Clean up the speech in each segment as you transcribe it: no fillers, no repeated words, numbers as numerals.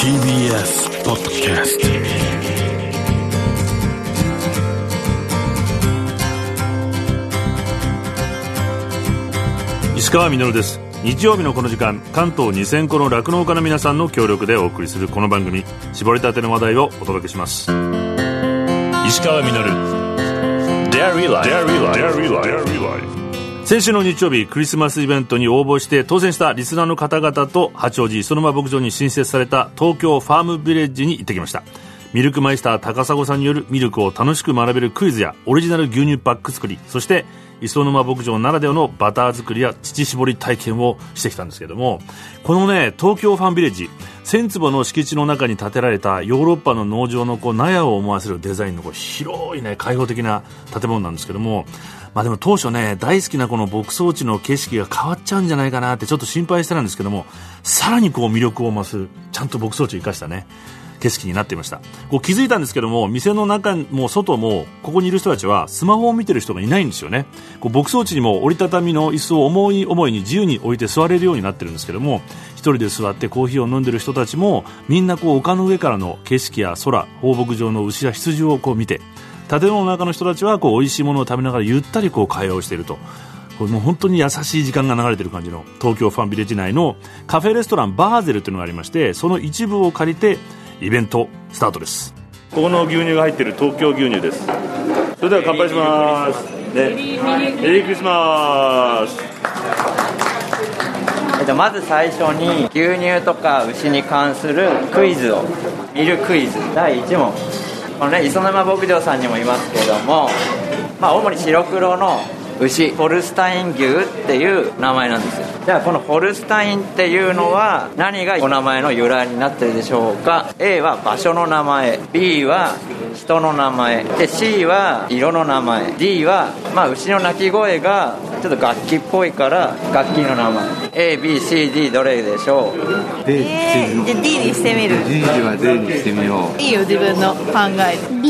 TBS ポッドキャスト、石川稔です。日曜日のこの時間、関東2000個の酪農家の皆さんの協力でお送りするこの番組、絞りたての話題をお届けします。石川稔 Dairy Life。先週の日曜日、クリスマスイベントに応募して当選したリスナーの方々と八王子磯沼牧場に新設された東京ファームビレッジに行ってきました。ミルクマイスター高砂さんによるミルクを楽しく学べるクイズやオリジナル牛乳パック作り、そして磯沼牧場ならではのバター作りや乳搾り体験をしてきたんですけども、このね、東京ファームビレッジ、1000坪の敷地の中に建てられたヨーロッパの農場の納屋を思わせるデザインの広いね、開放的な建物なんですけども、でも当初ね、大好きなこの牧草地の景色が変わっちゃうんじゃないかなってちょっと心配してたんですけども、さらに魅力を増す、ちゃんと牧草地を生かしたね、景色になっていました。気づいたんですけども、店の中も外もここにいる人たちはスマホを見てる人がいないんですよね。牧草地にも折りたたみの椅子を思い思いに自由に置いて座れるようになってるんですけども、一人で座ってコーヒーを飲んでる人たちもみんな丘の上からの景色や空、放牧場の牛や羊を見て、建物の中の人たちは美味しいものを食べながらゆったり会話をしていると、もう本当に優しい時間が流れている感じの東京ファンビレッジ内のカフェレストランバーゼルというのがありまして、その一部を借りてイベントスタートです。ここの牛乳が入っている東京牛乳です。それでは乾杯します、メリークリスマス。 まず最初に牛乳とか牛に関するクイズを見るクイズ第1問。このね、磯沼牧場さんにもいますけども、主に白黒の牛、ホルスタイン牛っていう名前なんですよ。じゃあこのホルスタインっていうのは何がお名前の由来になってるでしょうか。 A は場所の名前、 B は人の名前で、 C は色の名前、 D は牛の鳴き声がちょっと楽器っぽいから楽器の名前。 ABCD どれでしょう。 じゃあ D にしてみる。 D は D にしてみよう。 いいよ、自分の考えで。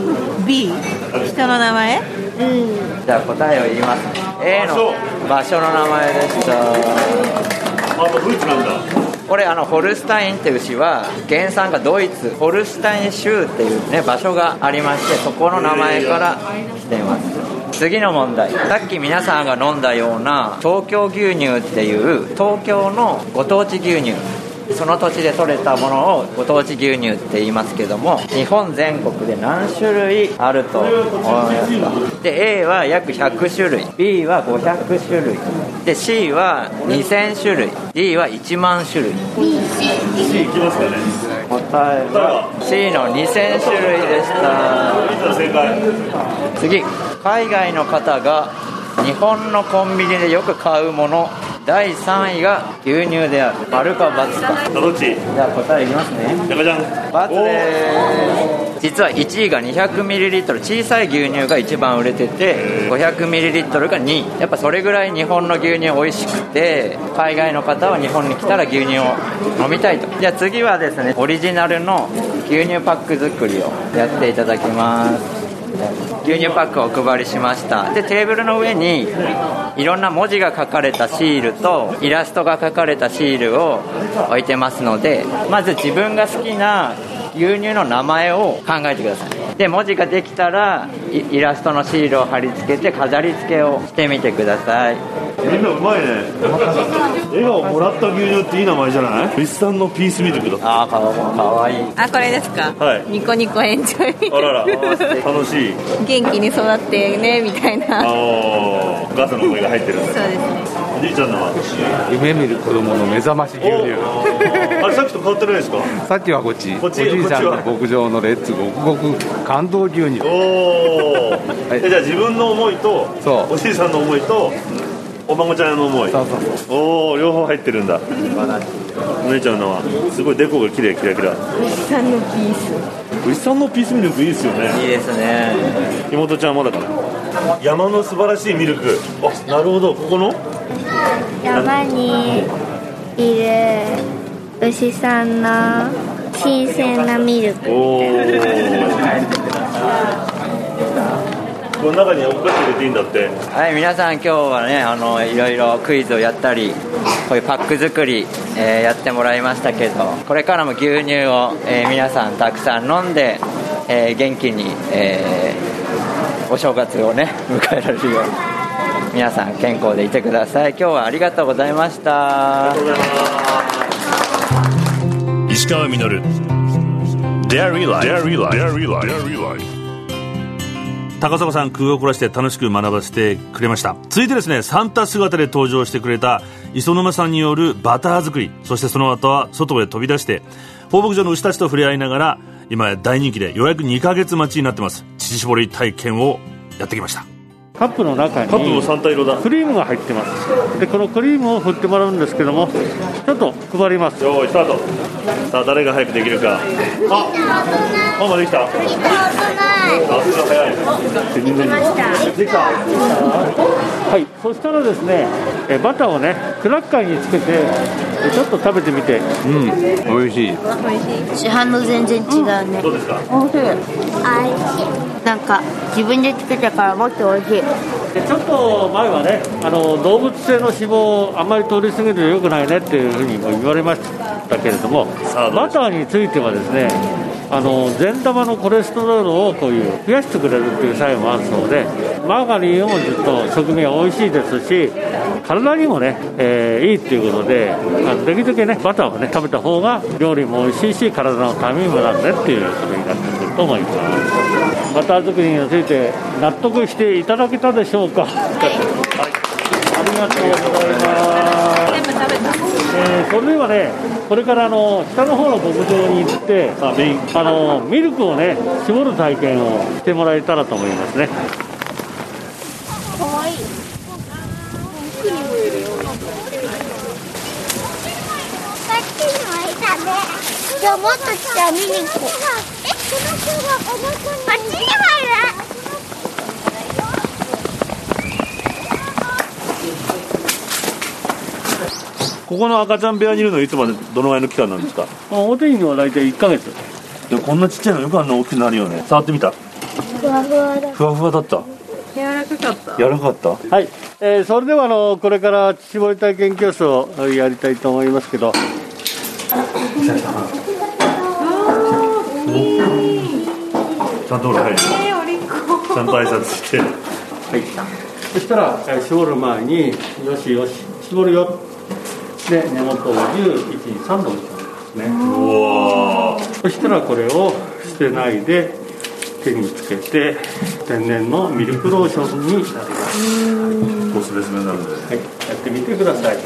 B 人の名前。 じゃあ答えを言います。 A の場所の名前でした。 ドイツなんだ。 これホルスタインって牛は原産がドイツ、ホルスタイン州っていうね場所がありまして、そこの名前から来ています。次の問題、さっき皆さんが飲んだような東京牛乳っていう東京のご当地牛乳、その土地で採れたものをご当地牛乳って言いますけども、日本全国で何種類あると思いますか。で A は約100種類、 B は500種類で、 C は2000種類、 D は1万種類。 C いきますかね。 答えは C の2000種類でした。 正解。 次、海外の方が日本のコンビニでよく買うもの第3位が牛乳である。丸か×か。 どっち。 じゃあ答えいきますね。 じゃじゃん。 ×です。実は1位が 200ml、 小さい牛乳が一番売れてて、 500ml が2位。やっぱそれぐらい日本の牛乳美味しくて、海外の方は日本に来たら牛乳を飲みたいと。じゃあ次はですね、オリジナルの牛乳パック作りをやっていただきます。牛乳パックをお配りしました。でテーブルの上にいろんな文字が書かれたシールとイラストが書かれたシールを置いてますので、まず自分が好きな牛乳の名前を考えてください。で文字ができたらイラストのシールを貼り付けて飾り付けをしてみてください。 みんなうまいね。笑顔もらった牛乳っていい名前じゃない。牛さんのピースミルクだ。 あー、かわいい。 これですか。 はい。 ニコニコエンジョイ。 あらら楽しい。 元気に育ってねみたいな。 お母さんの声が入ってるんだ。 そうですね。 おじいちゃんのは夢見る子供の目覚まし牛乳。 あれさっきと変わってないですか。 さっきはこっち、 こっちおじいさんの牧場のレッツゴクゴク感動牛乳。 おー、 はい、 じゃあ自分の思いとおじいさんの思いとお孫ちゃんの思い。 そうおー、両方入ってるんだ。お姉ちゃんのはすごいデコが綺麗、キラキラ。 牛さんのピース。 牛さんのピースミルクいいですよね。 いいですね。 妹ちゃんはまだかな。山の素晴らしいミルク。あ、なるほど。ここの山にいる牛さんの新鮮なミルク。 おーこの中にお菓子入れていいんだって。 はい、皆さん今日はねいろいろクイズをやったりこういうパック作り、やってもらいましたけど、これからも牛乳を、皆さんたくさん飲んで、元気に、お正月をね迎えられるように皆さん健康でいてください。今日はありがとうございました。 ありがとうございます。石川稔 Dairy Life。高砂さん、工夫を凝らして楽しく学ばせてくれました。続いてですね、サンタ姿で登場してくれた磯沼さんによるバター作り、そしてその後は外へ飛び出して放牧場の牛たちと触れ合いながら、今や大人気でようやく2ヶ月待ちになってます、乳搾り体験をやってきました。 カップの中にカップもサンタ色だ。 クリームが入ってます。でこのクリームを振ってもらうんですけども、ちょっと配ります。 よーいスタート。さあ誰が早くできるか。ママできた。さすが早い。できた。 はい、そしたらですね、バターをねクラッカーにつけてちょっと食べてみて。 美味しい。 市販の全然違うね。 どうですか。 おいしい。なんか自分で作ったからもっとおいしい。 でちょっと前はね動物性の脂肪をあんまり取りすぎると良くないねっていうふうにも言われましたけれども、バターについてはですね善玉のコレステロールをこういう増やしてくれるっていう作用もあるそうで、マーガリンをずっと食味が美味しいですし、体にもね、いいっていうことで、できるだけねバターをね食べた方が料理も美味しいし体のためにもなるねっていうことになってくると思います。バター作りについて納得していただけたでしょうか。はい、ありがとうございます。 全部食べた。 それではね、これから下の方の牧場に行ってミルクをね絞る体験をしてもらえたらと思いますね。 かわいい。じゃあもっと来たら見に行こう。こっちにもある。 ここの赤ちゃん部屋にいるのいつまでどのぐらいの期間なんですか。 お手入れは大体1ヶ月。 でもこんなちっちゃいのよくあんな大きくなるよね。触ってみた。 ふわふわだ。 ふわふわだった。 柔らかかった。 柔らかかった。 はい、それではこれから乳搾り体験教室をやりたいと思いますけど、 ちゃんと俺入る。ちゃんと挨拶して。はい。 そしたら絞る前によしよし絞るよで根元を10、1、3度にしてますね。 うわそしたらこれを捨てないで手につけて天然のミルクローションになります。 おすすめになるんで。 はい、やってみてください。はい、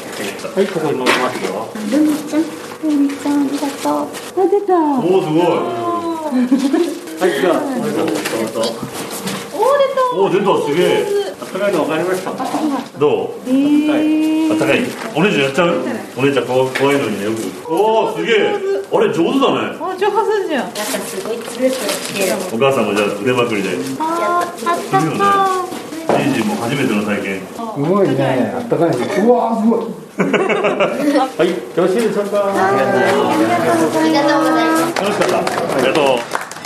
ここに乗りますよ。 ルミちゃんありがとう。 あ、出た。 おおすごい。 はい、じゃあお願いします。どうぞ。 お出た。すげえ。 あったかいの分かりました。 どう。あったかい。お姉ちゃんやっちゃう。お姉ちゃん怖いのにねよく。おおすげえ。あれ上手だね。 あ、上手じゃん。 お母さんもじゃあ腕まくりで。 あったかい。 ジンジンも初めての体験。 すごいね。あったかいね。うわーすごい。 はい、よろしいでしょうか。 ありがとうございます。 楽しかった。ありがとう。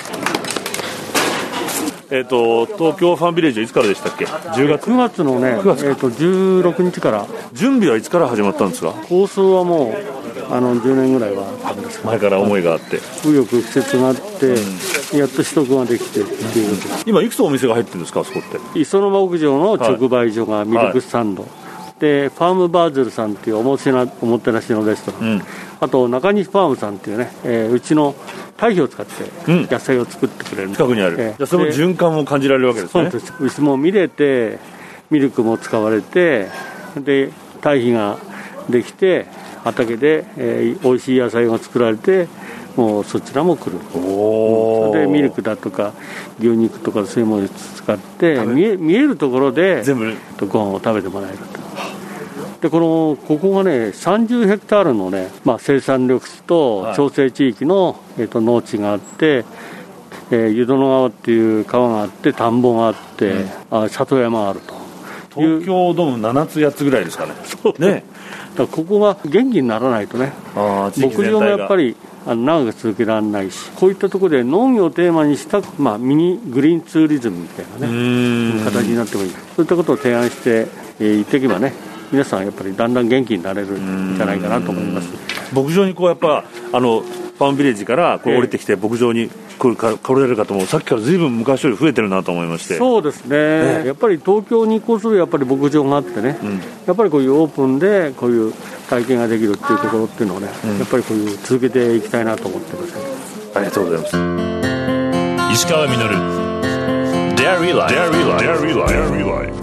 東京ファンビレッジはいつからでしたっけ。10月。 9月のね、16日から。 準備はいつから始まったんですか。 構想はもう10年ぐらいはあるんですけど、 前から思いがあって。 紆余曲折があって、やっと取得ができてっていうことで、 今いくつお店が入ってるんですか、あそこって。 磯沼牧場の直売所がミルクスタンド、でファームバーズルさんっていうおもてなしのレストラン、あと中西ファームさんっていうね、うちの堆肥を使って野菜を作ってくれる、 近くにある、じゃあその循環も感じられるわけですね。 そうです。牛も見れてミルクも使われて、で堆肥ができて畑で、美味しい野菜が作られて、もうそちらも来る。それでミルクだとか牛肉とかそういうものを使って見えるところで全部ご飯を食べてもらえると。でここがね30ヘクタールのね、生産緑地と調整地域の、農地があって、湯殿川っていう川があって田んぼがあって、里山があると。 東京ドーム7つ8つぐらいですかね。 そうね。だからここが元気にならないとね、牧場もやっぱり長く続けられないし、こういったところで農業をテーマにした、ミニグリーンツーリズムみたいなね形になってもいい。そういったことを提案していっていけばね、皆さんやっぱりだんだん元気になれるんじゃないかなと思います。 牧場にこうやっぱファームビレッジからこう降りてきて牧場に来られる方もさっきからずいぶん昔より増えてるなと思いまして。 そうですね、やっぱり東京に移行するやっぱり牧場があってね、やっぱりこういうオープンでこういう体験ができるっていうところっていうのをね、やっぱりこういう続けていきたいなと思ってます。 ありがとうございます。石川稔 Dairy Life。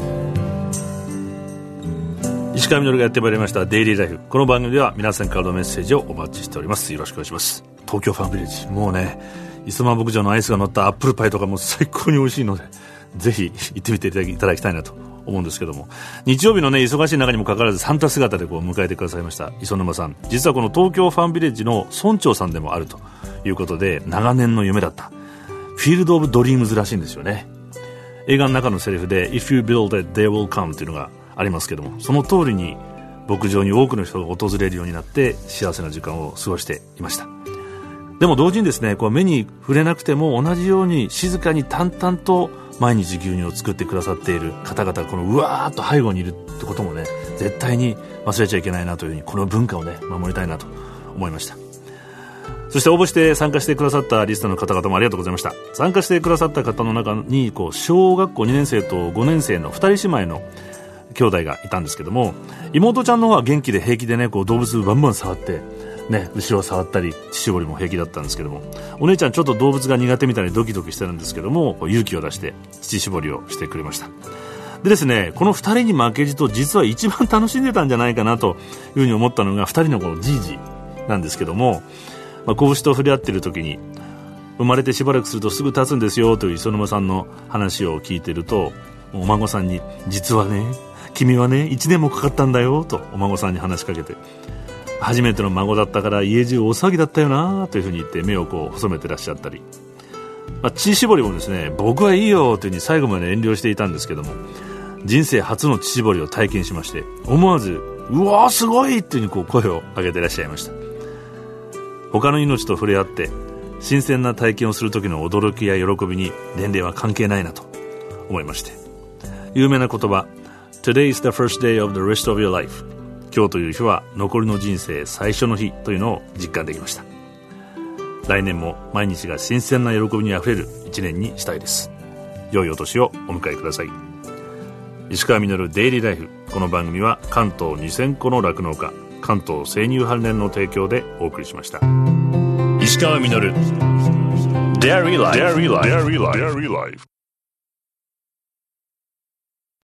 石川稔がやってまいりましたデイリーライフ。この番組では皆さんからのメッセージをお待ちしております。よろしくお願いします。東京ファームビレッジ、もうね、磯間牧場のアイスが乗ったアップルパイとかも最高に美味しいので、ぜひ行ってみていただきたいなと思うんですけども、日曜日のね忙しい中にもかかわらずサンタ姿でこう迎えてくださいました磯沼さん、実はこの東京ファームビレッジの村長さんでもあるということで、長年の夢だったフィールドオブドリームズらしいんですよね。映画の中のセリフで If you build it, they will come というのがありますけども、その通りに牧場に多くの人が訪れるようになって幸せな時間を過ごしていました。でも同時にですね、こう目に触れなくても同じように静かに淡々と毎日牛乳を作ってくださっている方々がこのうわーっと背後にいるってこともね、絶対に忘れちゃいけないなというふうに、この文化をね守りたいなと思いました。そして応募して参加してくださったリストの方々もありがとうございました。参加してくださった方の中にこう小学校2年生と5年生の2人姉妹の兄弟がいたんですけども、妹ちゃんの方は元気で平気でね、こう動物バンバン触ってね、後ろを触ったり乳搾りも平気だったんですけども、お姉ちゃんちょっと動物が苦手みたいにドキドキしてるんですけども、こう勇気を出して乳搾りをしてくれました。でですね、この2人に負けじと実は一番楽しんでたんじゃないかなというふうに思ったのが2人のこのじいじなんですけども、子牛と触れ合っている時に、生まれてしばらくするとすぐ立つんですよという磯沼さんの話を聞いていると、お孫さんに実はね、君はね1年もかかったんだよとお孫さんに話しかけて、初めての孫だったから家中大騒ぎだったよなというふうに言って目をこう細めてらっしゃったり、乳搾りもですね、僕はいいよというふうに最後まで遠慮していたんですけども、人生初の乳搾りを体験しまして、思わずうわーすごいというふうにこう声を上げてらっしゃいました。他の命と触れ合って新鮮な体験をする時の驚きや喜びに年齢は関係ないなと思いまして、有名な言葉 Today is the first day of the rest of your life、 今日という日は残りの人生最初の日というのを実感できました。来年も毎日が新鮮な喜びにあふれる一年にしたいです。良いお年をお迎えください。石川稔デイリーライフ。この番組は関東2000個の酪農家関東生乳関連の提供でお送りしました。石川稔 Dairy Life